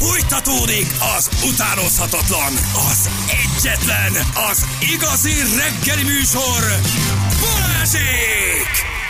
Fújtatódik az utánozhatatlan, az egyetlen, az igazi reggeli műsor, Balázsék!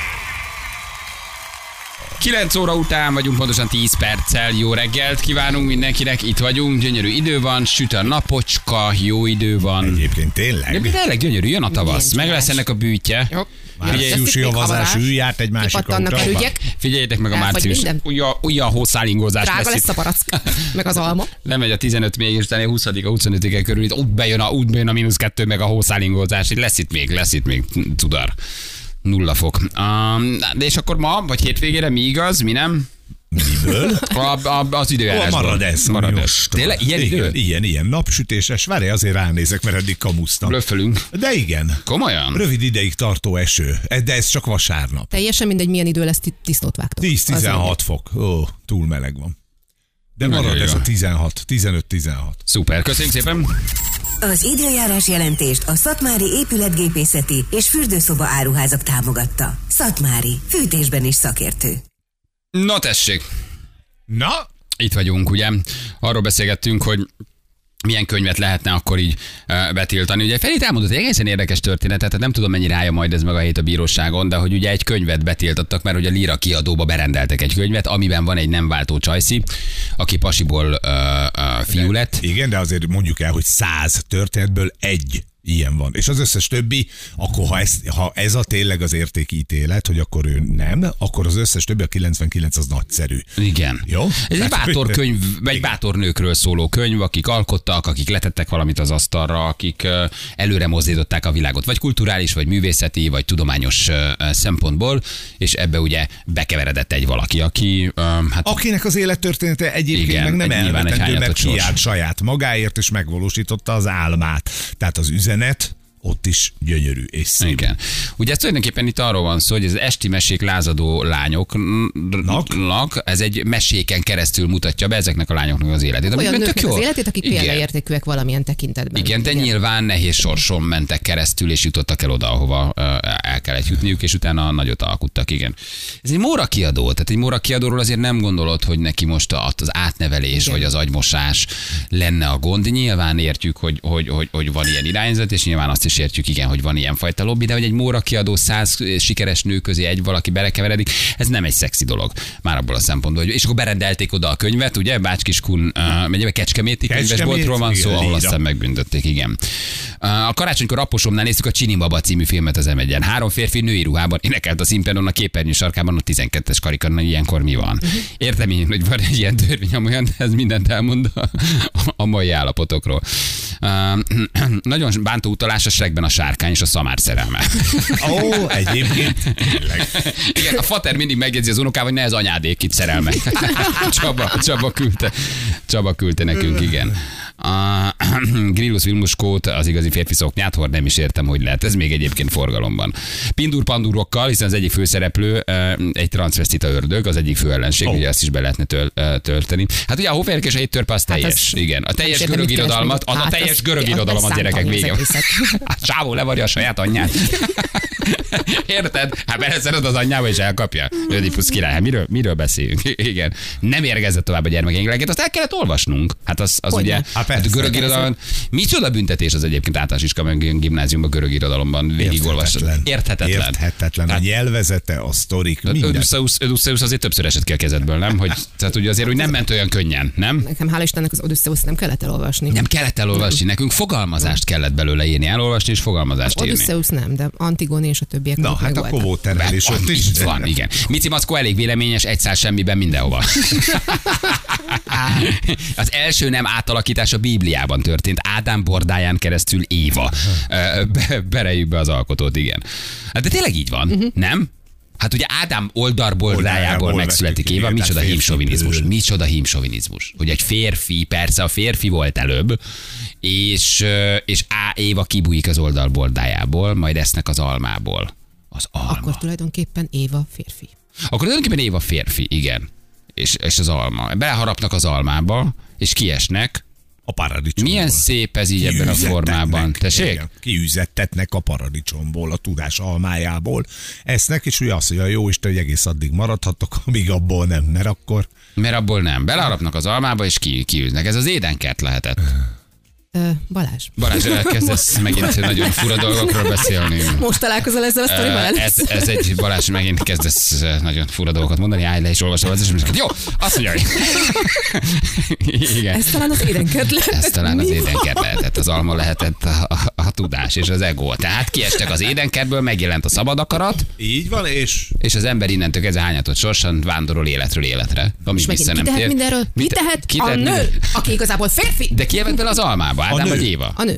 9 óra után vagyunk, pontosan 10 perccel. Jó reggelt kívánunk mindenkinek, itt vagyunk, gyönyörű idő van, süt a napocska, jó idő van. Egyébként tényleg. De tényleg gyönyörű, jön a tavasz, meg lesz ennek a bűtje. Márciusi havazás, ő járt egy másik Kipattannak a rügyek. Figyeljétek meg a március, olyan hószálingózás Drága lesz a barack, meg az alma. Lemegy a 15 még, és utána a 20 a 25 körül, itt bejön a -2, meg a hószálingózás, itt lesz itt még tudar. 0 fok. De és akkor ma, vagy hétvégére mi igaz, mi nem? Miből? Az időjárásból. Marad ez. Tényleg? Ilyen idő? Ilyen napsütéses. Várj, azért ránézek, mert eddig kamusztam. Blöffölünk. De igen. Komolyan? Rövid ideig tartó eső. De ez csak vasárnap. Teljesen mindegy, milyen idő lesz, disznót vágtok. 10-16 fok. Ó, túl meleg van. De marad ez a 15-16. Szuper, köszönjük szépen. Az időjárás jelentést a Szatmári épületgépészeti és fürdőszoba áruházak támogatta. Szatmári, fűtésben is szakértő. Na tessék. Na? Itt vagyunk, ugye? Arról beszélgettünk, hogy milyen könyvet lehetne akkor így betiltani. Ugye Ferit elmondott egy egészen érdekes történetet, tehát nem tudom, mennyire állja majd ez meg a hét a bíróságon, de hogy ugye egy könyvet betiltottak, mert ugye a Lira kiadóba berendeltek egy könyvet, amiben van egy nem váltó csajszi, aki pasiból fiú lett. Igen, de azért mondjuk el, hogy 100 történetből egy ilyen van. És az összes többi, akkor ha ez a tényleg az értékítélet, hogy akkor ő nem, akkor az összes többi, a 99 az nagyszerű. Igen. Jó? Ez egy bátor könyv, egy bátor nőkről szóló könyv, akik alkottak, akik letettek valamit az asztalra, akik előre mozdították a világot, vagy kulturális, vagy művészeti, vagy tudományos szempontból, és ebbe ugye bekeveredett egy valaki, aki... Akinek az élettörténete egyébként igen, meg nem elvetendő, mert sors. kiállt saját magáért, és megvalósította az álmát. Tehát az üzenet ott is gyönyörű és szép. Igen. Ugye ez tulajdonképpen itt arról van szó, hogy az esti mesék lázadó lányoknak, ez egy meséken keresztül mutatja be ezeknek a lányoknak az életét. Olyan nőknek az életét, akik példaértékűek valamilyen tekintetben. Igen, de nyilván nehéz sorson mentek keresztül, és jutottak el oda, ahova el kellett jutniuk, és utána nagyot alkuttak, igen. Ez egy Móra kiadó, tehát egy Móra kiadóról azért nem gondolod, hogy neki most az átnevelés, igen, vagy az agymosás lenne a gond. Nyilván értjük, hogy van ilyen irányzat, és nyilván azt is értjük, igen, hogy van ilyen fajta lobby, de hogy egy Móra kiadó 100 sikeres nő közé egy valaki belekeveredik, ez nem egy szexi dolog. Már abból a szempontból, hogy és akkor berendelték oda a könyvet, ugye, Bácskiskun megyebe Kecskeméti könyvesboltról van szó, ahol aztán megbüntették, igen. A karácsonykor Apposomnál néztük a Csini Baba című filmet az M1-en. 3 férfi női ruhában énekelt a színpadon a képernyő sarkában a 12-es karikon, ilyenkor mi van. Értem én, hogy van egy ilyen törvény, amolyan, de ez mindent elmond a mai állapotokról. Nagyon bántó utalás a Shrekben a sárkány és a szamár szerelme. Ó, egyébként. Igen, a fater mindig megjegyzi az unokával, hogy ne ez anyádék itt szerelme. Csaba küldte nekünk, igen. Grillus Vilmuskót, az igazi férfi szoknyát hord, nem is értem, hogy lehet. Ez még egyébként forgalomban. Pindur-pandurokkal, hiszen az egyik főszereplő egy transvestita ördög, az egyik fő ellenség, ugye azt is be lehetne tölteni. Hát ugye a Hófehérke és a 7 törpe az teljes. Igen. A teljes görög irodalmat, az a teljes görög irodalom az gyerekek vége. Sávó levarja a saját anyját. Érted? Hát beleszered az anyjába és elkapja. Ödipusz király, hát miről beszélünk? Igen. Nem érgezett tovább a gyermekeinket, azt el kellett olvasnunk. Hát az ugye, hát görög irodalom. Micsoda büntetés az egyébként általános iskola, meg gimnáziumban görög irodalomban végigolvasod. Érthetetlen. A nyelvezete, a sztorik, minden. Odysseus azért többször esett ki a kezedből, nem? Hogy, tehát ugye azért úgy nem ment olyan könnyen, nem? Nekem hál' Istennek az Odysseus nem kellett elolvasni. Nem kellett elolvasni, nekünk fogalmazást kellett belőle írni, elolvasni és fogalmazást írni. Odysseus nem, de Antigone és a többiek. Na, hát akkor volt terelés ott is. Van, igen. Mici Mackó elég véleményes, 100 semmiben mindenhova. Az első nem átalakítás a Bibliában történt. Ádám bordáján keresztül Éva. Bereljük be az alkotót, igen. Hát de tényleg így van, nem? Hát ugye Ádám oldalbordájából megszületik Éva, micsoda hímsovinizmus. Micsoda hímsovinizmus. Hogy egy férfi, persze a férfi volt előbb, és Éva kibújik az oldalbordájából, majd esznek az almából. Az alma. Akkor tulajdonképpen Éva férfi. Akkor tulajdonképpen Éva férfi, igen. És az alma. Beleharapnak az almába, és kiesnek, A paradicsomból. Milyen szép ez így ebben a formában. Tessék? Igen, kiüzettetnek a paradicsomból, a tudás almájából. Esznek, és ugye azt mondja, jó Isten, hogy egész addig maradhatok, amíg abból nem, mert akkor... Mert abból nem. Beleharapnak az almába, és kiűznek. Ez az édenkert lehetett. Balázs, elkezdesz megint nagyon fura dolgokról beszélni. most találkozol ezzel a sztorival? Ez egy Balázs, megint kezdesz nagyon fura dolgokat mondani, állj le és olvasol az eseményeket. Jó, azt mondja, hogy... Igen. Ez talán az édenkert lehetett. Ez talán az édenkert lehetett. Az alma lehetett a tudás és az ego. Tehát kiestek az édenkertből, megjelent a szabad akarat. Így van, és az ember innentől kezdve hányatott sorsan vándorol életről életre. Amíg vissza nem tér. Mindenről? Ki tehet? A nő, aki igazából férfi. De ki evett bele az almába? Ádám vagy Éva? A nő.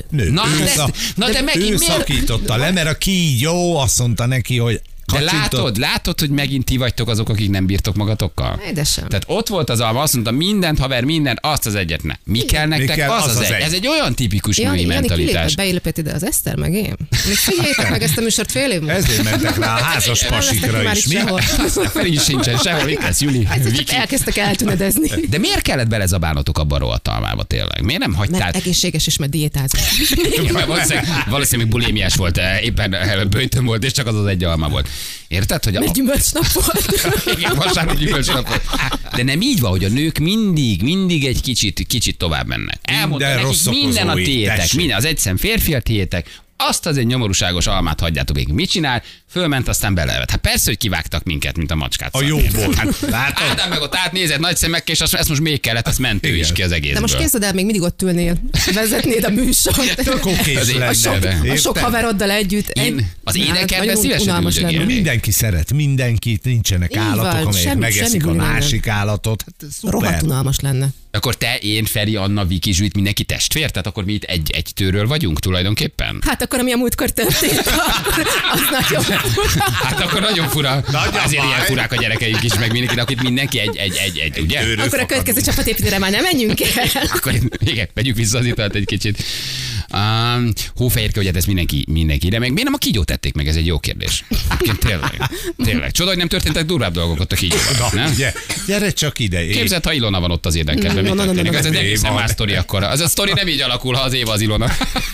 Na de megint ő miért? szakította le, mert a kígyó azt mondta neki, hogy de látod, hogy megint ti vagytok azok, akik nem bírtok magatokkal? Édesem. Tehát ott volt az alma, azt mondta, mindent, haver, mindent, azt az egyet ne. Mi kell nektek? kell? Az egy. Ez egy olyan tipikus női mentalitás. Beillépett ide az Eszter, meg én. Még figyeljétek meg ezt a műsort fél év múlva. ezért mentek rá a házas pasikra is. Mi? Fel is sincsen sehol, itt lesz Juli. Csak elkezdtek eltűnedezni. De miért kellett belezabálnotok abba a rohadt almába tényleg? Miért nem hagytál? Mert egészséges és mert diétázó. Valószínűleg bulémiás volt, éppen böjtön volt, és csak az egy alma volt. Érted, hogy Mert gyümölcsnap volt. Igen, vasárnap gyümölcsnap volt. De nem így van, hogy a nők mindig egy kicsit tovább mennek. Elmondta nekik, minden a tiétek, minden, az egyszem férfi a tiétek, azt az egy nyomorúságos almát hagyjátok még. Mit csinál? Fölment, aztán belevet. Hát persze, hogy kivágtak minket, mint a macskát. A jó volt. Hát, Ádám meg ott átnézett nagy szemekkel, és ezt most még kellett, azt ment ő is ki az egészből. De most képzeld el, még mindig ott ülnél, vezetnéd a műsort. Akkor kész lenne. A sok haveroddal együtt. Az édenkertben szívesen ülök. Mindenki szeret mindenkit, nincsenek állatok, amelyek megeszik a másik állatot. Hát rohadt unalmas lenne. Akkor te, én, Feri, Anna, Viki, Zsűjt, mindenki testvér? Tehát akkor mi itt egy tőről vagyunk tulajdonképpen? Hát akkor, ami a múltkor történt, az nagyon fura. Hát akkor nagyon fura. Azért ilyen furák a gyerekeink is, meg mindenki, akit mindenki egy ugye? Akkor a következő csapatépítőre már nem menjünk el. Akkor igen, vegyük vissza az italt egy kicsit. Hófehérke, hogy hát ez mindenki, de meg miért nem a kígyót tették meg? Ez egy jó kérdés. Tényleg. Csoda, hogy nem történtek durvább dolgok ott a kígyóban. Nem? Gyere csak ide. Képzeld, ha Ilona van ott az édenkertben. Ez egy egészen más sztori akkor. Az a sztori nem így alakul, ha az Éva az Ilona.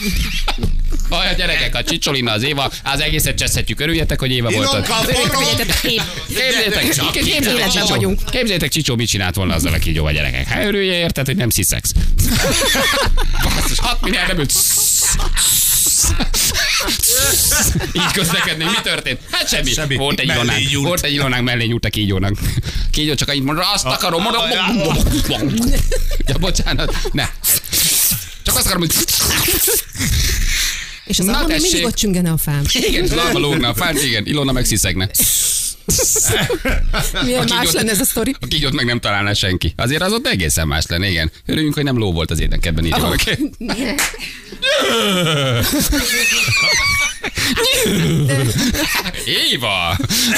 A gyerekek, a Csicsolina az Éva, az egészet cseszhetjük, örüljetek, hogy Éva volt ott. Képzeljétek, Csicsó mit csinált volna azzal a kígyóval, gyerekek. Hát örülje, érted, hogy nem sziszex. 6 milliárd nem ült. Így közlekednék, mi történt? Hát semmi. Volt egy Ilonánk, mellé nyújt a kígyónak. Kígyó csak így mondja, azt akarom, ja, bocsánat, ne. Csak azt akarom, hogy... És az alma még mindig ott csüngene a fán. Igen, az alma lógna a fán, igen, Ilona meg sziszegne. Milyen más lenne ez a sztori? A kígyót meg nem találná senki. Azért az ott egészen más lenne, igen. Örüljünk, hogy nem ló volt az édenkertben, így valaki. Éva!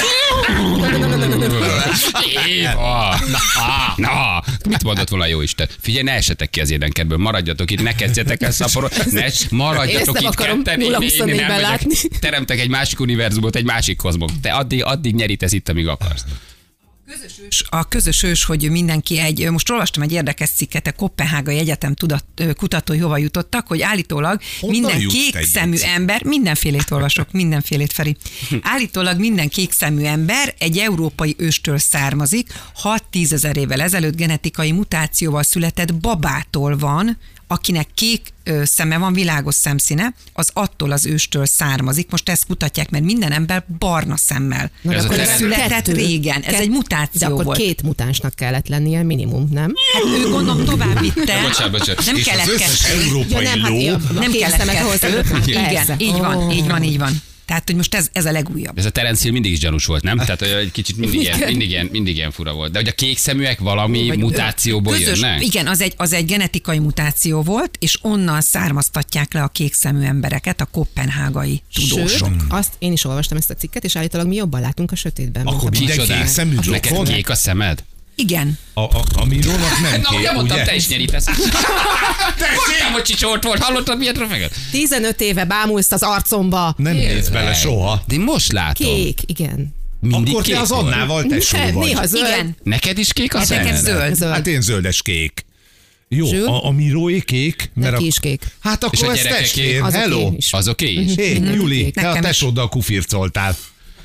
Éva! Na, mit mondott volna jó Isten? Figyelj, ne esetek ki az édenkertből, maradjatok itt, ne kezdjetek el szaporodni, maradjatok itt ketten. Én látni. Teremtek egy másik univerzumot, egy másik kozmot. Te addig nyerítesz itt, amíg akarsz. A közös ős, hogy mindenki most olvastam egy érdekes cikket, a Koppenhágai Egyetem kutatói hova jutottak, hogy állítólag minden kékszemű ember, mindenfélét olvasok, mindenfélét, Feri. Állítólag minden kékszemű ember egy európai őstől származik, 6-10 ezer évvel ezelőtt genetikai mutációval született babától van, akinek kék szeme van, világos szemszíne, az attól az őstől származik. Most ezt kutatják, mert minden ember barna szemmel. Ez akkor született régen. Ez egy mutáció de akkor volt. 2 mutánsnak kellett lennie minimum, nem? Hát ő gondolom tovább vitte. Bocsánat. Nem kellett kettő. Európai ló. Nem kellett kettő. Igen, így van. Tehát, hogy most ez a legújabb. Ez a Terence Hill mindig is gyanús volt, nem? Tehát, hogy egy kicsit mindig ilyen fura volt. De hogy a kék szeműek valami mutációból jönnek? Igen, az egy genetikai mutáció volt, és onnan származtatják le a kék szemű embereket a koppenhágai tudósok. Sőt, azt én is olvastam ezt a cikket, és állítólag mi jobban látunk a sötétben. Akkor minden kék szemű neked kék a szemed? Igen. A Mirónak nem kék, ugye? Mondtam, ugye? te is nyerítesz. Mondtam, hogy Csicsort volt, hallottad miért röfeget? 15 éve bámulsz az arcomba. Nem néz bele soha. De én most látom. Kék, igen. Mindig Akkor kék te az volt. Annával tesó vagy. Néha zöld. Igen. Neked is kék a Neked szemed? zöld. Hát én zöldes kék. Jó, Zsül? a Miróé kék. Neki is kék. Hát És a akkor ez gyerekek testvér. Az Hello. oké is. Az oké is? Hé, Juli, te a Nekem is. tesóddal kufircoltál.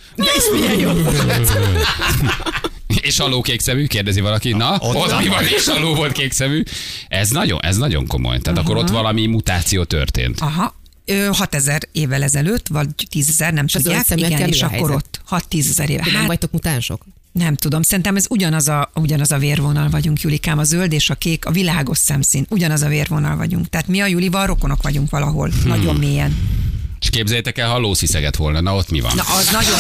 És aló kékszemű, kérdezi valaki. Na, ott mi van, és aló volt kékszemű. Ez nagyon komoly. Tehát akkor ott valami mutáció történt. Aha. 6000 évvel ezelőtt, vagy 10.000, nem És a tudják. zöld szeműekkel Igen, mi és a akkor helyzet? ott 6-10 éve. Nem vagytok mutánsok? Nem tudom, szerintem ez ugyanaz a vérvonal vagyunk, Julikám, a zöld és a kék, a világos szemszín, ugyanaz a vérvonal vagyunk. Tehát mi a Julival rokonok vagyunk valahol, nagyon mélyen. És képzeljétek el, ha lósziszegett volna, na ott mi van? Na, az nagyon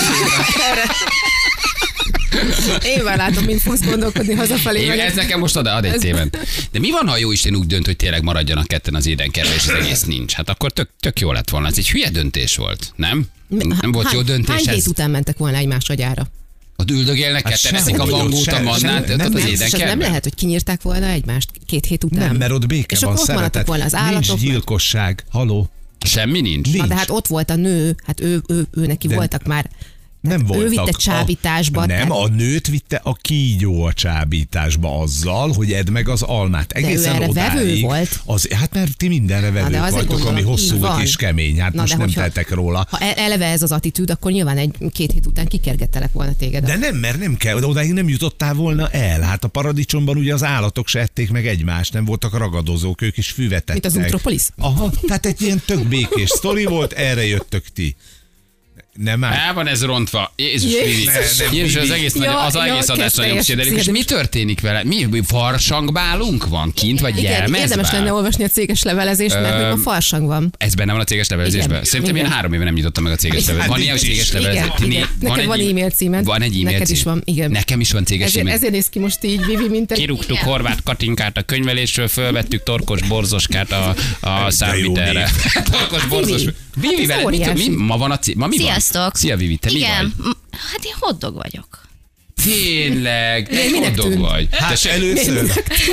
Én már látom, mint fogsz gondolkodni hazafelé. Ez nekem most ad egy téven. De mi van, ha a Jóisten úgy dönt, hogy tényleg maradjanak ketten az édenkertben, és az egész nincs? Hát akkor tök jó lett volna. Ez egy hülye döntés volt, nem? Nem volt jó döntés Hány ez? hét után mentek volna egymás agyára? Ott üldögélnek, ketten eszik a sehogy, mangót, a se- mannát, nem, ott az nem, És az nem édenkertben. lehet, hogy kinyírták volna egymást 2 hét után? Nem, mert ott béke és van, akkor ott maradtak szeretet. volna az állatok. Nincs gyilkosság. Haló. Semmi nincs. Nincs. Na de hát ott volt a nő, hát ő neki De- voltak már. Nem voltak. Ő vitte csábításba. Nem, tehát- a nőt vitte a kígyó a csábításba azzal, hogy edd meg az almát. ő Egészen erre odáig. vevő volt? Hát mert ti mindenre de vevők azért vagytok, gondolom, ami hosszú így van. és kemény. Hát Na, most de nem hogyha- teltek róla. Ha eleve ez az attitűd, akkor nyilván 1-2 hét után kikergettelek volna téged. De nem, mert nem kell, de odáig nem jutottál volna el. Hát a paradicsomban ugye az állatok se ették meg egymást, nem voltak ragadozók, ők is füvetettek. Mint az Utropolis? Aha, tehát egy ilyen tök békés sztori volt, erre jöttök ti. Nem már. El van ez rontva. Jézus, Jézus. Vivi. Nem, Jézus, az Vivi. egész, Ja, az ja, egész adás kezd nagyon teljes pszichédelikus. És mi pszichedelikus. történik vele? Mi farsangbálunk van kint, vagy Igen, érdemes jelmezbál? lenne olvasni a céges levelezést, mert hogy ma farsang van. Ez benne van a céges levelezésben? Igen. Szerintem én Igen. 3 éve nem nyitottam meg a céges levelezést. Van ilyen, hogy céges levelezés? Igen. Neked van e-mail címed. Van egy e-mail Neked cím. is van, igen. Nekem is van céges e-mail. Ezért néz ki most így, Vivi, mint egy... Kirúgtuk Horváth Katinkát a könyvelésről, fölvettük Torkos Borzoskát a számvitelre. Torkos Borzos. Vivivel, ez óriási. ma van a ma mi van? Sziasztok! Szia Vivi, te mi Igen, vagy? hát én hoddog vagyok. Tényleg, minek boldog tűnt? vagy. Hát Tessék, először.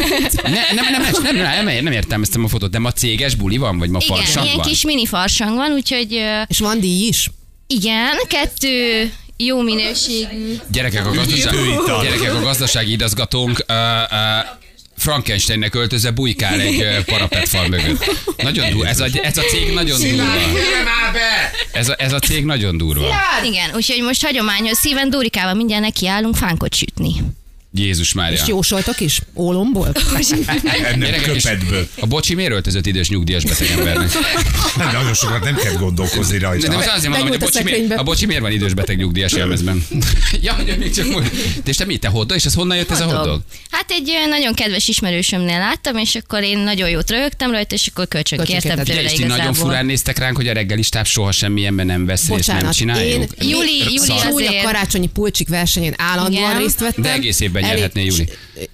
nem értelmeztem a fotót, de ma céges buli van, vagy ma Igen, farsang ilyen van? kis mini farsang van, úgyhogy És van díj is? igen, 2 jó minőségű. Gyerekek, a gazdasági igazgatónk Frankensteinnek öltözve bujkál egy parapetfal mögött. Nagyon durva. Ez a cég nagyon durva. Ez a cég nagyon durva. Igen, úgyhogy most hagyományos szíven Dórikával mindjárt nekiállunk fánkot sütni. Jézus Mária. És jósoltok is? Ólomból? Ennek Gyerekek, és köpetből. a bocsi miért öltözött idős nyugdíjas beteg embernek? Nagyon sokat nem kell gondolkozni De rajta. most azért mondom, hogy Megvolt a szekrénybe. a bocsi miért van idős beteg nyugdíjas jelmezben? Ja, hogy még csak most. És te mit, te hoddog? És ez honnan jött ez a hoddog? Hát egy nagyon kedves ismerősömnél láttam, és akkor én nagyon jót röhögtem rajta, és akkor kölcsön kértem Kölcsön tőle És ti nagyon igazából. furán néztek ránk, hogy a reggelistáb soha semmilyenben nem vesz részt, nem Bocsánat, csináljuk. Júli Szar. Súly a azért. karácsonyi pulcsik versenyén állandóan Igen. részt vettem. De egész évben nyerhetné, Júli.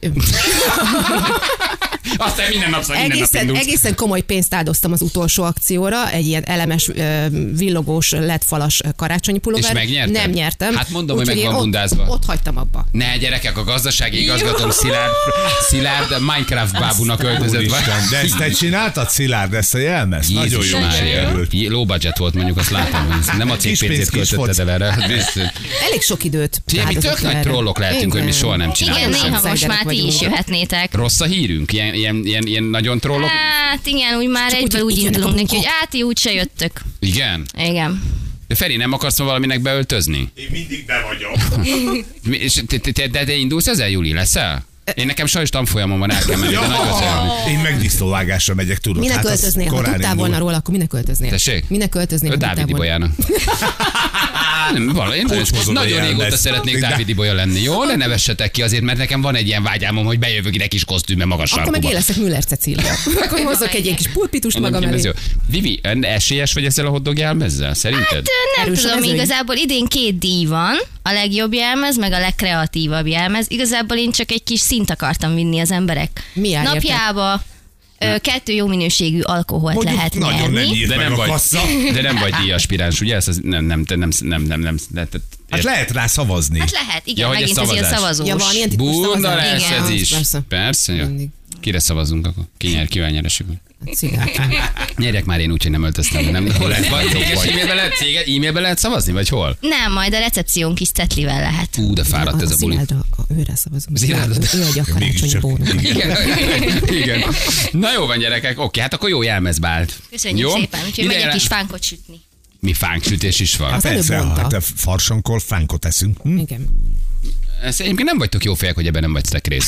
Aztán minden nap indulsz. Egészen komoly pénzt áldoztam az utolsó akcióra, egy ilyen elemes, villogós, LED-falas karácsonyi pulóver. És megnyerted? Nem nyertem. Hát mondom, hogy Úgyhogy meg van én bundázva. Ott hagytam abba. Ne, gyerekek, a gazdasági igazgatóm Szilárd Minecraft bábúnak öltözött. Úristen, de ezt te csináltad, Szilárd, ezt a jelmezt? Nagyon Jézus jó Mária. sikerült. Low budget volt mondjuk, azt látom. Nem a cég Kis pénz, pénzét kis költötted el erre. Elég sok időt. Mi áldozott tök nagy erre. trollok lehetünk, hogy mi Igen. soha nem Igen, csinálunk néha semmit. most már ti vagyunk. is jöhetnétek. Rossz a hírünk? Ilyen nagyon trollok? Hát igen, úgy már Csak egyből úgy, úgy hogy indulunk jönnek a neki, hogy ti úgyse jöttök. Igen. Igen. De Feri, nem akarsz ma valaminek beöltözni? Én mindig be vagyok. És te indulsz ezzel, Júli? Leszel? Én nekem sajnos tanfolyamon van, el kell menni, de nagyon szeretném. Én meg disznóvágásra megyek, tudod. Minek hát az költöznél? Ha korán tudtál indul. volna róla, akkor minek költöznél? Tessék? Minek költöznél? ha tudtál Dávid volna? Ibolyának. Nem, én Pócsmozod a nagyon régóta jelmezt. szeretnék De- Dávid Ibolya lenni. Jó, ne nevessetek ki azért, mert nekem van egy ilyen vágyálmom, hogy bejövök ide kis kosztümbe magas Akkor meg sarkuba. én leszek Müller Cecília. Akkor én hozzak egy ilyen kis pulpitust magam Ez elé. jó. Vivi, esélyes vagy ezzel a hotdog jelmezzel? Szerinted? Nem Erős a tudom, mezőny. igazából idén 2 díj van, a legjobb jelmez, meg a legkreatívabb jelmez. Igazából én csak egy kis szint akartam vinni az emberek Mi jár érte? napjába. 2 jó minőségű alkoholt Mondjuk lehet nagyon nem nyerni. nyílt De meg nem a vagy, kassa. de nem vagy díjaspirás, ugye? Ez nem. Hát lehet rá szavazni. Hát lehet, igen, Ja, hogy ez megint ez ilyen szavazás. szavazós. Ja, van ilyen titkos Bunda szavazás? lesz Igen. ez is. Persze. Persze. Jó. Mindig. Kire szavazunk akkor? Ki nyer, kivel nyeresük? Cigákán. Nyerjek már én úgy, hogy nem öltöztem. Nem, vagy e-mailben lehet szavazni, vagy hol? Nem, majd a recepción kis cetlivel lehet. De fáradt ez a buli. Őre szavazunk. Zilárd. Ő adja a karácsonyi bónus. Igen. Na jó van, gyerekek. Oké, hát akkor jó jelmezbe állt. Köszönjük szépen, úgyhogy megyek is fánkot sütni. Mi fánksütés is van. Az Persze, előbb mondta. hát farsankor fánkot eszünk. Igen. Ezt egyébként nem vagytok jó fejek, hogy ebben nem vettek részt.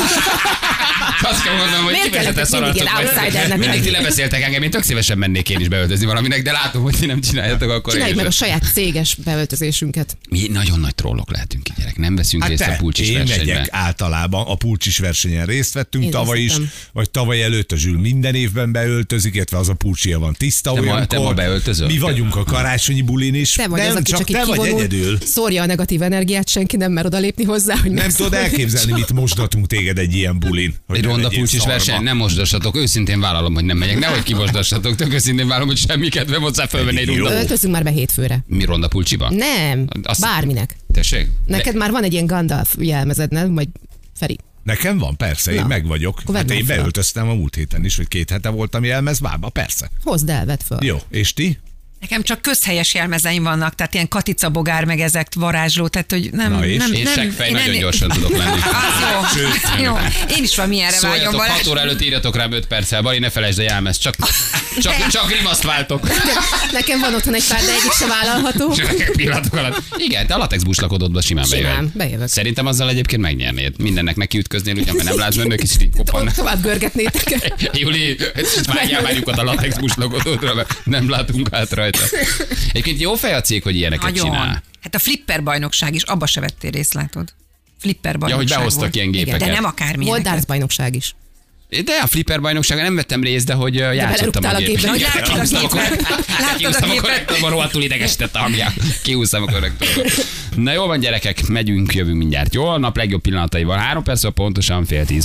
Azt kell mondanom, hogy kivezetett szararcok vagy. Mindig ti lebeszéltek engem, én tök szívesen mennék én is beöltözni valaminek, de látom, hogy ti nem csináljátok, akkor Csináljuk meg a saját céges beöltözésünket. Mi nagyon nagy trollok lehetünk ki, gyerek. Nem veszünk részt a pulcsis én versenyben. megyek általában, a pulcsis versenyen részt vettünk Én tavaly is, vezettem. vagy tavaly előtt a Zsül minden évben beöltözik, illetve az a pulcsia van tiszta Te ma beöltözöl? Mi vagyunk a karácsonyi bulin is. Te vagy az, aki csak te vagy egyedül. szórja a negatív energiát, senki nem mer odalépni hozzá, hogy Nem tudod elképzelni, mit mosdatunk téged egy ilyen bulin. hogy Egy nem ronda legyél pulcsis szarma. verseny, nem mosdassatok. Őszintén vállalom, hogy nem megyek. Nehogy kimosdassatok. Tök őszintén vállalom, hogy semmi kedvem hozzá fölvenni egy ronda. öltözünk már be hétfőre. Mi ronda pulcsiba? Nem, bárminek. Tessék? Neked már van egy ilyen Gandalf jelmezed, nem? Vagy Feri. Nekem van, persze, én Na, meg vagyok. akkor Hát vedd én már fel. beöltöztem a múlt héten is, vagy 2 hete voltam jelmezbába, persze. Hozd el, vedd föl. Jó, és ti? Nekem csak közhelyes jelmezeim vannak, tehát ilyen katicabogár, meg ezek varázsló, tehát hogy nem... Na és? nem, Én nem seggfej, én nagyon ennél- gyorsan tudok lenni. Az jó. Jó. Én is valami ilyenre vágyom, Szóljatok, Balázs. 6 óra előtt írjatok rám 5 perccel. Bari, ne felejtsd a jelmez. Csak rimaszt váltok. Nekem van otthon egy pár, de egyik se vállalható. Csak pillanatok alatt. Igen, te a latex buslakodódba simán Simán, bejövök. bejövök. Szerintem azzal egyébként megnyernéd. Mindennek neki ütköznél, ugye, mert nem látsz bennük, és így kopan. Tovább görgetnétek. Júli, vágjál már lyukat a latex buslakodódra, mert nem látunk át rajta. Egyébként jó fej a cég, hogy ilyeneket Nagyon. csinál. Hát a flipper bajnokság is, abba se vettél részt, látod. Flipper Ja, bajnokság hogy behoztak volt. ilyen gépeket. De nem Volt akármilyeneket. darts bajnokság is. De a flipper bajnokságon nem vettem részt, de hogy játszottam belerúgtál a gépet. gépbe. Hogy láttad a gépet? Láttad Kihúztam a a gépet? korrektorban, rohadtul idegesített a hangja. Kihúztam a korrektorban. Na jól van, gyerekek, megyünk, jövünk mindjárt. Jó, a nap legjobb pillanataival. 3 perc, pontosan 9:30.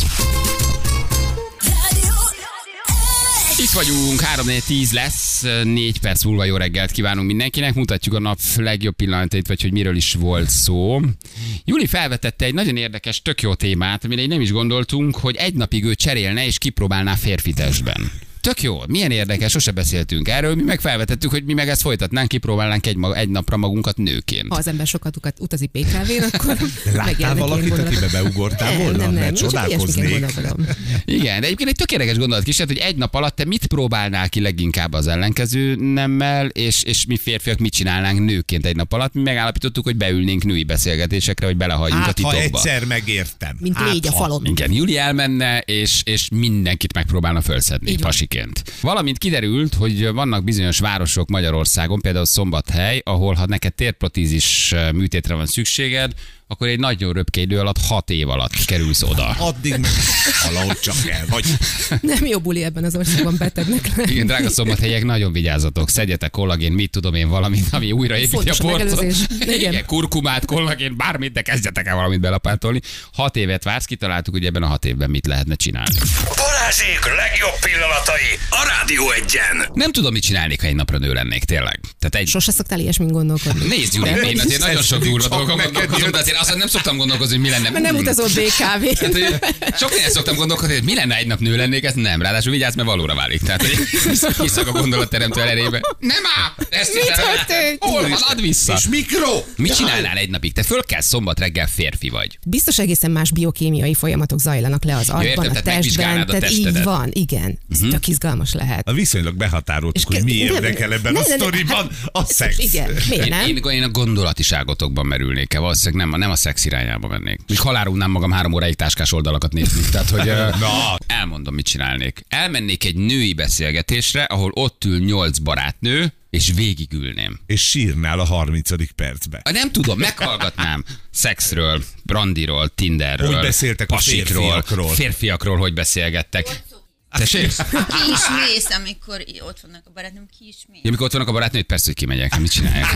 Itt vagyunk, 3-4-10 lesz, 4 perc múlva jó reggelt kívánunk mindenkinek, mutatjuk a nap legjobb pillanatait, vagy hogy miről is volt szó. Júli felvetette egy nagyon érdekes, tök jó témát, amire így nem is gondoltunk, hogy egy napig ő cserélne és kipróbálná férfi testben. Tök jó, milyen érdekes, sose beszéltünk erről, mi meg felvetettük, hogy mi meg ezt folytatnánk, kipróbálnánk egy napra magunkat nőként. Ha az ember sokat utazik PKV-n, akkor Láttál megjelennek valakit, ilyen akibe beugortál volna? Nem, Mert csak ilyesmiket csodálkoznék. gondolkodom. Igen, de egyébként egy tök érdekes gondolatkísérlet, hogy egy nap alatt te mit próbálnál ki leginkább az ellenkező nemmel, és mi férfiak mit csinálnánk nőként egy nap alatt. Mi megállapítottuk, hogy beülnénk női beszélgetésekre, hogy belehagyjunk a Hát, ha titokba. egyszer megértem. Mint Hát, légy a ha. falon. Igen, Júli elmenne, és mindenkit megpróbálna fölszedni Így van. pasiként. Valamint kiderült, hogy vannak bizonyos városok Magyarországon, például Szombathely, ahol ha neked térprotézis műtétre van szükséged, akkor egy nagyon röpke idő alatt 6 év alatt kerülsz oda. Addig meg valahogy csak el vagy. Nem jó buli ebben az országban betegnek lenni. Igen, drága szombathelyek, nagyon vigyázzatok. Szedjetek kollagén, mit tudom én, valamit, ami újraépíti a Fontos a porcot. megelőzés. Igen. Igen, kurkumát, kollagén, bármit, de kezdjetek el valamit belapátolni. 6 évet vársz, kitaláltuk, hogy ebben a 6 évben mit lehetne csinálni. Balázsék legjobb pillanatai a Rádió Egyen. Nem tudom, mit csinálnék, ha egy napra nő lennék, tényleg. Tehát egy... Sose szoktál ilyesmin gondolkodni. Nézd, Gyuri, én azért nagyon sok durva dolgokon gondolkozom, de azért azt nem szoktam gondolkozni, hogy mi lenne. Mert nem utazol BKV-n. Tehát, hogy sok helyen szoktam gondolkodni, hogy mi lenne egy nap nő lennék, ez nem. Ráadásul vigyázz, mert valóra válik. Tehát, hogy kiszak a gondolatteremtő elébe. Nem áll! Ezt Mit hiszem, történt? hol van? Add vissza! És mikro? Mit csinálnál egy napig? Te föl kell szombat reggel, férfi vagy. Biztos egészen más biokémiai folyamatok zajlanak le az agyban, értem, a tehát testben. megvizsgálnád a Tehát így testedet. van, igen. Ez tök izgalmas lehet. A viszonylag behatároltuk, hogy mi érdekel ebben a sztoriban. A szex. Igen, miért nem? Én a gondolatiságotokban merülnék el, valószínűleg nem a szex irányába mennék. Még halálulnám magam 3 óráig táskás oldalakat nézni. Tehát, hogy Na. elmondom, mit csinálnék. Elmennék egy női beszélgetésre, ahol ott ül 8 barátnő, és végigülném. És sírnál a 30. percbe. Nem tudom, meghallgatnám szexről, brandiról, Tinderről, Hogy beszéltek a pasikról, férfiakról, hogy beszélgettek. Tessék? Ki is mész, amikor ott vannak a barátnőm, ki is mész. Ja, amikor ott vannak a barátnők, persze, hogy kimegyek, mit csinálják.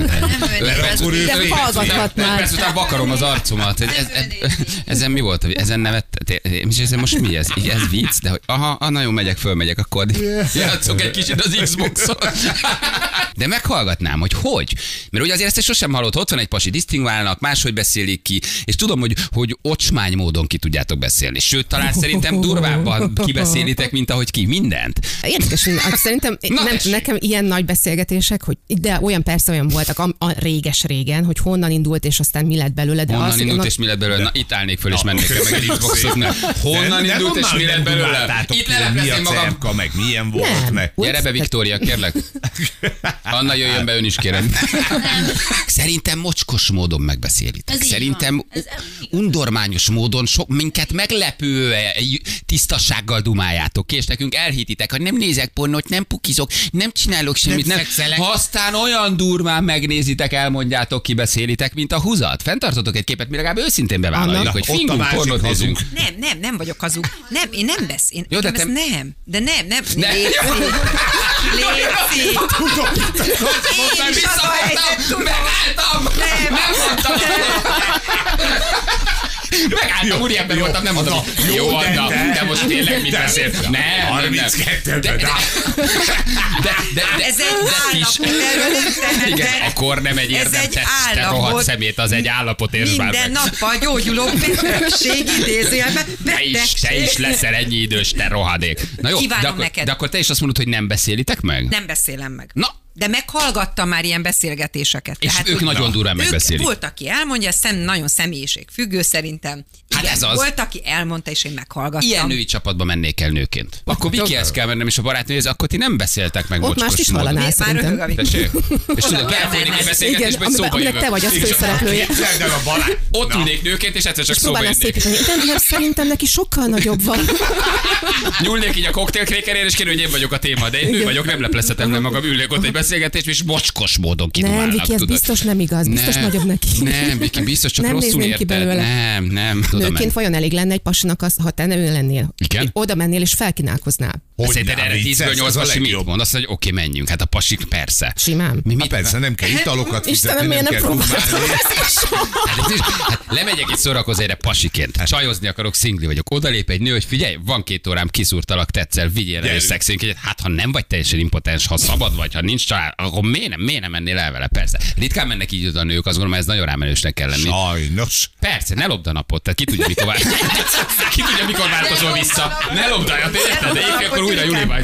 Nem De hallgathatnád. Persze után vakarom az arcomat. Ezen mi volt? Ezen nevett? Ez most mi ez? Ez vicc? De hogy aha, nagyon megyek, fölmegyek, akkor játszok egy kicsit az Xboxon. De meghallgatnám, hogy. Mert ugye azért ezt sosem hallott, ott van egy pasi, disztingválnak, máshogy beszélik ki, és tudom, hogy ocsmány módon ki tudjátok beszélni. Sőt, talán szerintem durvábban kibeszélitek, mint ahogy ki mindent. Érdekes, szerintem nekem ilyen nagy beszélgetések, hogy de olyan persze olyan voltak a réges-régen, hogy honnan indult, és aztán mi lett belőle. De honnan indult, és mi lett belőle? Na, itt állnék föl, és mennék meg egy Xboxot. Honnan indult, és mi lett belőle? Itt leleplezem magam. Meg milyen volt, meg. Gyere be, Viktória, kérlek. Anna, jöjjön be, ön is kérem. Szerintem mocskos módon megbeszélitek. Szerintem undormányos módon minket meglepő tisztassággal dumáljátok, és nekünk elhititek, hogy nem nézek pornót, nem pukizok, nem csinálok semmit, nem. Aztán olyan durván megnézitek, elmondjátok, kibeszélitek, mint a húzat. Fenntartotok egy képet, mi legalább őszintén bevállaljuk, hogy fingunk, pornót nézünk. Nem vagyok hazug. Nem, én nem beszélek. Jó, de nem. De nem. Léci. Én is az a helyzet tudom. Megálltam. Nem mondtam. Megálltam, úriember voltam, nem mondtam. Jó, Anna, de most tényleg mit beszél? Nem. 32-ben. De ez egy állapot. Igen, akkor nem egy érdemtest, te rohadt szemét, az egy állapot, értsd már meg. Minden nappal gyógyuló betegség idézőjelben. Te is leszel ennyi idős, te rohadék. Na jó, de akkor te is azt mondod, hogy nem beszélitek meg? Nem beszélem meg. Na. De meghallgattam már ilyen beszélgetéseket. És tehát, ők nagyon durván megbeszélik. Volt, aki elmondja, nagyon személyiségfüggő szerintem. Hát igen, ez az. Volt, aki elmondta, és én meghallgattam. Ilyen női csapatba mennék el nőként. Akkor Vikihez kell mennem, és a barátnőhez, akkor ti nem beszéltek meg ott mást is hallanál szerintem. Tessék? És tudod, beleférnék egy beszélgetésbe, hogy szóba jövök. Te vagy az főszereplője. Ott ülnék nőként, és egyszer csak szóba jönnék. De szerintem neki sokkal nagyobb van. Nyúlnék így a koktélkrékerére, és kérő, hogy én vagyok a téma, de én nő vagyok, nem leplezhetem le magam, ülnék ott egy beszélgetés, és mocskos módon kidumálnak. Nem, Viki, ez biztos nem igaz, biztos nagyobb neki. Nem, Viki, biztos csak rosszul érted. Nem. Nőként vajon elég lenne egy pasinak az, ha te nő lennél. Igen? Oda mennél és felkínálkoznál. Szerinted erre 10-ből 8 pasi mit mond? Azt mondja, hogy oké, menjünk. Hát a pasik persze. Simán. Persze, nem kell italokat fizetni, nem kell dumálni. Hát lemegyek egy szórakozóra pasiként. Csajozni akarok, szingli vagyok. Odalép egy nő, hogy figyelj, van 2 órám, kiszúrtalak, tetszel, vigyél el és szexünk egyet. Hát ha nem vagy teljesen impotens, ha szabad vagy, ha nincs család, akkor miért nem mennél el vele? Persze. Ritkán mennek így a nők, azt gondolom, ez nagyon rámenősnek kell lenni. Sajnos. Persze, ne lopd a napot, tehát ki tudja, mikor változol vissza. Ne lopd a napot, de éjfélkor újra Juli vagy.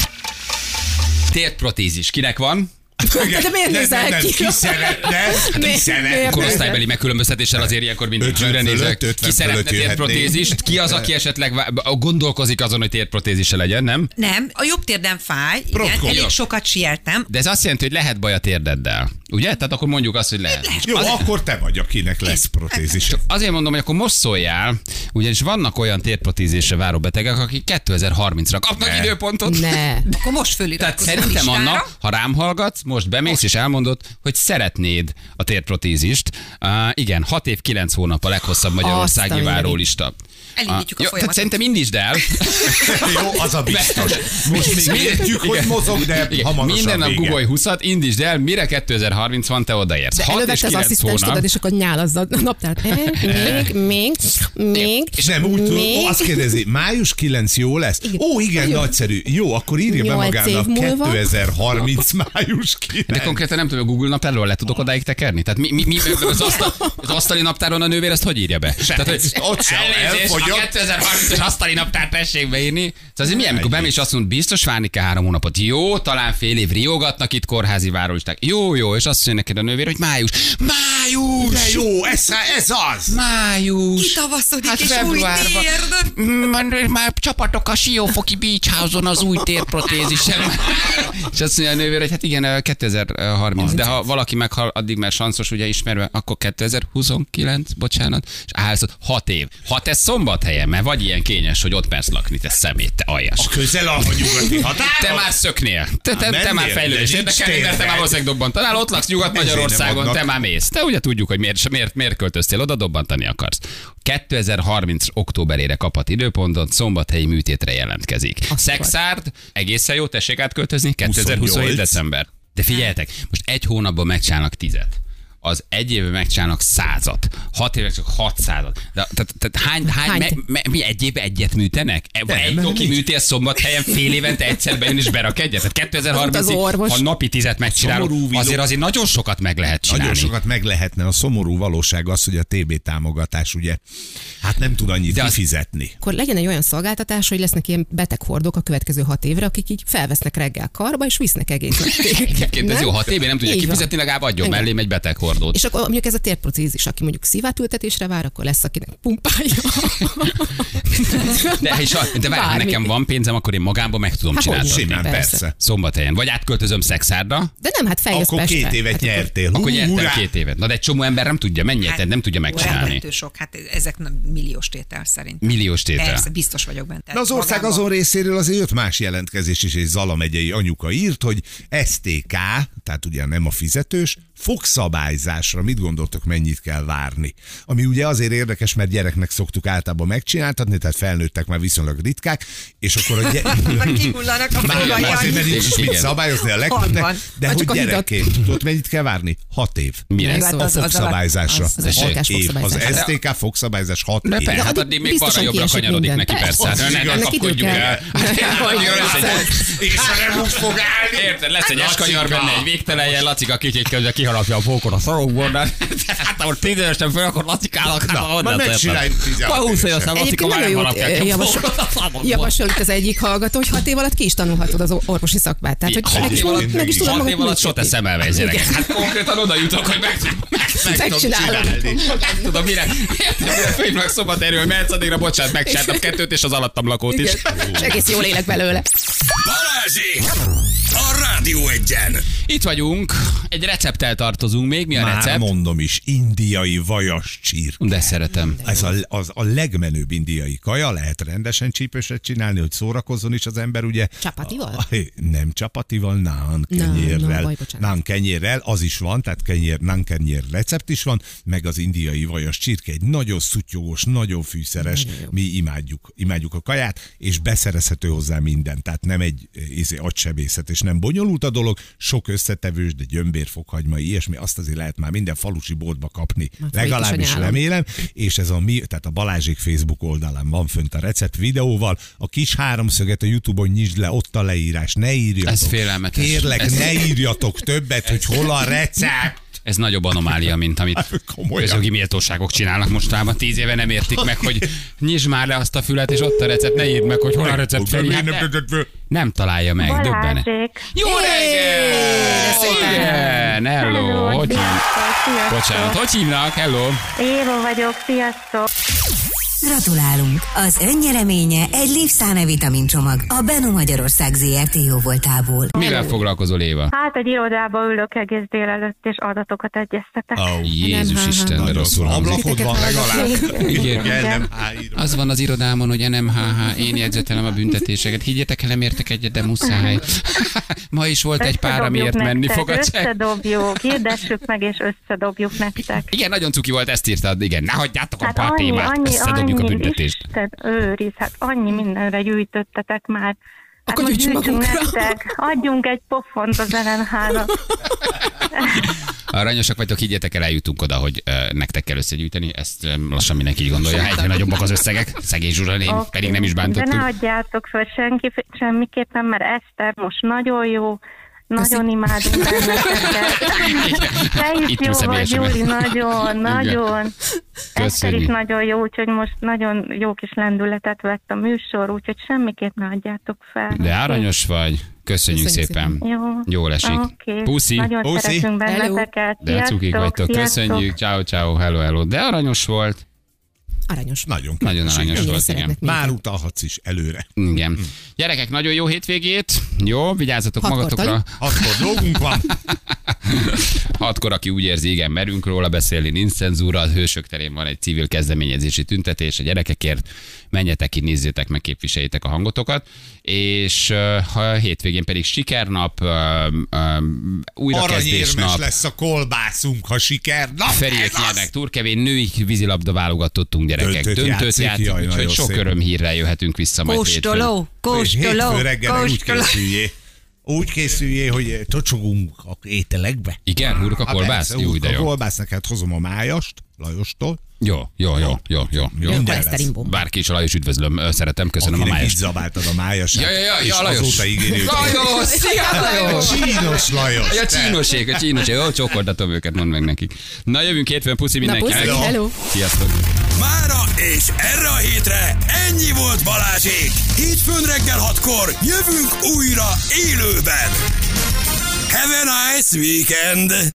Térprotézis, kinek van? De miért nézel ki? Ki szeretne? Korosztálybeli megkülönböztetéssel azért ilyenkor mindig csőre nézek. Ki szeretne térprotézist? Ki az, aki esetleg gondolkozik azon, hogy térprotézise legyen, nem? Nem, a jobb térdem fáj, igen, elég sokat sieltem. De ez azt jelenti, hogy lehet baj a térdeddel. Ugye? Tehát akkor mondjuk azt, hogy lehet. Jó, akkor te vagy, akinek lesz protézis. Csak azért mondom, hogy akkor most szóljál, ugyanis vannak olyan térprotézisre váró betegek, akik 2030-ra kapnak időpontot. Ne. Akkor most föliratkozom. Tehát szerintem, Anna, ha rám hallgatsz, most bemész és elmondod, hogy szeretnéd a térprotézist. Igen, 6 év, 9 hónap a leghosszabb magyarországi várólista. Elindítjuk a tehát szerintem indítsd el. Jó, az a biztos. Most még értjük, hogy mozog, de hamarosan minden nap vége. Google 20-at, indítsd el, mire 2030 van, te odaérsz. De elővette az asszisztenstodat, és akkor nyálazza a naptárt. Még. És nem úgy tudom, azt kérdezi, május 9 jó lesz? Ó, igen, nagyszerű. Jó, akkor írja be magának 2030 május 9. De konkrétan nem tudom, a Google naptárról le tudok odáig tekerni? Tehát az asztali naptáron a nővér ezt hogy írja be? Tehát, hogy ott sem elfogyott. A 2030-as asztali naptárt tessék beírni. Szóval azért milyen, amikor bemész, azt mondod, biztos várni kell 3 hónapot. Jó, talán fél év riogatnak itt kórházi várólisták. Jó, és azt mondja neked a nővér, hogy május. De jó, ez az. Május. Kitavaszodik, hát és új térd. Már csapatok a Siófoki Beach House-on az új térprotézisem. És azt mondja a nővér, hogy hát igen, 2030, de ha valaki meghal, addig már sanszos, ugye ismerve, akkor 2029, bocsánat, és állsz 6 év. Ha te Szombathelyen, mert vagy ilyen kényes, hogy ott persz lakni, te szemét, te aljas. A közel a nyugati határon? Te már szöknél. Te már fejlődés érdekelni, mert te már valószínűleg dobbantanál, ott laksz Nyugat-Magyarországon, te már mész. Te ugye tudjuk, hogy miért költöztél oda, dobbantani akarsz. 2030 októberére kaphat időpontot, szombathelyi műtétre jelentkezik. Szexárd, egészen jó, tessék átköltözni, 2027 december. De figyeljetek, most 1 hónapban megcsinálnak 10. az egy évben megcsinálnak 100-at, 6 évben csak 600-at. Tehát mi egy évben egyet műtenek? Egy doki műtél Szombathelyen fél évente egyszer bejön és berak egyet? Tehát 2030-ig, ha napi 10-et megcsinálok, azért nagyon sokat meg lehet csinálni. Nagyon sokat meg lehetne. A szomorú valóság az, hogy a TB támogatás ugye, hát nem tud annyit kifizetni. Akkor legyen egy olyan szolgáltatás, hogy lesznek ilyen beteghordók a következő 6 évre, akik így felvesznek reggel karba, és visznek egész. Egyébként ez jó, 6 évben nem tudja kifizetni, legalább adjon mellém egy beteghordót. És akkor mondjuk ez a térprotézis, aki mondjuk szívátültetésre vár, akkor lesz, akinek pumpálja. De várj, ha nekem van pénzem, akkor én magámban meg tudom csinálni. Simán, persze. Szombathelyen. Vagy átköltözöm Szexárdra. De nem, hát fejlesz Akkor Pestre. 2 évet nyertél. Akkor nyertem 2 évet. Na de egy csomó ember nem tudja, mennyit, nem tudja megcsinálni. Sok, hát ezek milliós tétel szerint. Milliós tétel. Persze, biztos vagyok benne. De az ország azon részéről azért jött más jelentkezés is, és Zala megyei anyuka írt, hogy STK, tehát ugye nem a fizetős, fogszabályzásra mit gondoltok, mennyit kell várni? Ami ugye azért érdekes, mert gyereknek szoktuk általában megcsináltatni, tehát felnőttek már viszonylag ritkák, és akkor Már kihullanak a fogajai. Azért, mert nincs is mit szabályozni a legtöbbnek, de hogy gyerekként tudod, mennyit kell várni? 6 év. Mire? A fogszabályzásra. Az 6 év. Az fogszabályzás. STK fogszabályzás 6 év. Hát addig még balra-jobbra kanyarodik neki, persze. Ne kapkodjuk el. És nem úgy fog állni. Érted, lesz egy eskanyar benne, egy végtelen jel, Lacika kicsit közben kiharapja a pókon a szarokból, de hát ahol 10 évesen fel, akkor lacikálnak. Na, megcsináljuk 16 évesen. Lacika már nem alapják. Javasol itt az egyik hallgató, hogy 6 év alatt ki is tanulhatod az orvosi szakmát. Tehát, hogy 6 év alatt so teszem el vegyzenek. Hát konkrétan oda jutok, hogy meg tudom, mire főjönök Szombatherről, mehetsz addigra, bocsánat, megcsináltam 2 és az alattam lakót is. És egész jól élek belőle. Balázsék! A Rádió Egyen! Itt vagyunk, egy recepttel tartozunk még. Mi a Már recept? mondom is, indiai vajas csirke. De szeretem. Ez a legmenőbb indiai kaja, lehet rendesen csípőset csinálni, hogy szórakozzon is az ember, ugye. Csapatival? Nem csapatival, nán kenyérrel. Nán kenyérrel, az is van, tehát nán kenyér recept is van, meg az indiai vajas csirke, egy nagyon szutyogós, nagyon fűszeres, mi imádjuk a kaját, és beszerezhető hozzá minden, tehát nem egy agysebészet, és nem bonyolult a dolog, sok összetevős, de gyömbér, fokhagyma, ilyesmi, azt azért lehet már minden falusi boltba kapni. Legalábbis remélem, és ez tehát a Balázsék Facebook oldalán van fönt a recept videóval, a kis háromszöget a YouTube-on nyisd le, ott a leírás, ne írjatok. Ez félelmetes. Kérlek, ne írjatok többet, hogy hol a recept. Ez nagyobb anomália, mint amit közjogi méltóságok csinálnak mostában. 10 éve nem értik meg, hogy nyisd már le azt a fület, és ott a recept, ne írd meg, hogy hol a recept felé. Nem találja meg, döbbenet. Jó reggel! Igen, hello, hogy hívnak? Bocsánat, hogy hívnak? Hello. Éva vagyok, sziasztok! Gratulálunk! Az önnyereménye egy Livszáne vitamincsomag a Beno Magyarország ZRT jóvoltából. Mivel foglalkozol, Éva? Hát egy irodába ülök egész délelőtt, és adatokat egyeztetek. Jézus Isten, de rosszul hangzik. Ablakod van legalább. Igen. Az van az irodámon, hogy NMHH, én jegyzetelem a büntetéseket. Higgyetek el, nem értek egyet, de muszáj. Ma is volt egy pár, amiért menni fog a csekk. Összedobjuk, hirdessük meg, és összedobjuk nektek. Igen, nagyon cuki volt, ezt írtad, igen. Ne hagyjátok a pár témát, összedobjuk a büntetést. Isten őriz, hát annyi mindenre gyűjtöttetek már. Akkor gyűjtsünk magunkra. Adjunk egy pofont az NMH-nak. Aranyosak vagytok, higgyetek el, eljutunk oda, hogy nektek kell összegyűjteni. Ezt lassan mindenki így gondolja. Egyre nagyobbak az összegek. Szegény Zsuzsa, én pedig nem is bántottunk. De ne adjátok fel semmiképpen, mert Eszter most nagyon jó. Nagyon imádunk benneteket. Te is jó vagy, Júli, nagyon. Eszter is nagyon jó, úgyhogy most nagyon jó kis lendületet vett a műsor, úgyhogy semmiképp ne adjátok fel. De aranyos vagy. Köszönjük szépen. Jól esik. Okay. Puszi. Nagyon szeretünk benneteket. De cukik vagytok. Köszönjük. Ciao. Hello. De aranyos volt. Aranyos. Nagyon aranyos volt, igen. Már utalhatsz is előre. Igen. Gyerekek, nagyon jó hétvégét. Jó, vigyázzatok magatokra. 6-kor dolgunk van. 6-kor, aki úgy érzi, igen, merünk róla beszélni, nincs cenzúra, a Hősök terén van egy civil kezdeményezési tüntetés a gyerekekért. Menjetek ki, nézzétek meg, képviseljétek a hangotokat. És ha hétvégén pedig sikernap, újrakezdésnap. Aranyérmes lesz a kolbászunk, ha sikernap. Feriek nyernek turkevén, női vízilabda válogatottunk gyerekek. Döntőt játszik, úgyhogy sok örömhírrel jöhetünk vissza majd hétfőn. Kóstoló. Hétfő reggel úgy készüljé. Úgy készüljél, hogy tocsogunk a ételekbe. Igen, hurka kolbász? Persze, Jó, de jó. kolbász, neked hozom a májast, Lajostól. Jó. Bárki is, a Lajos, üdvözlöm, szeretem, köszönöm a májast. Akinek így zabáltad a májasát. Ja, Lajos. Azóta ígéri, hogy... Lajos, szia, Lajos. Csínos Lajos. Ja, csínosék. Jó, csókoltatom őket, mondd meg nekik. Na, jövünk hétfőn, puszi mindenkinek. Hello. Sziasztok. Mára és erre a hétre ennyi volt Balázsék. Hétfőn reggel 6-kor jövünk újra élőben. Have a nice weekend!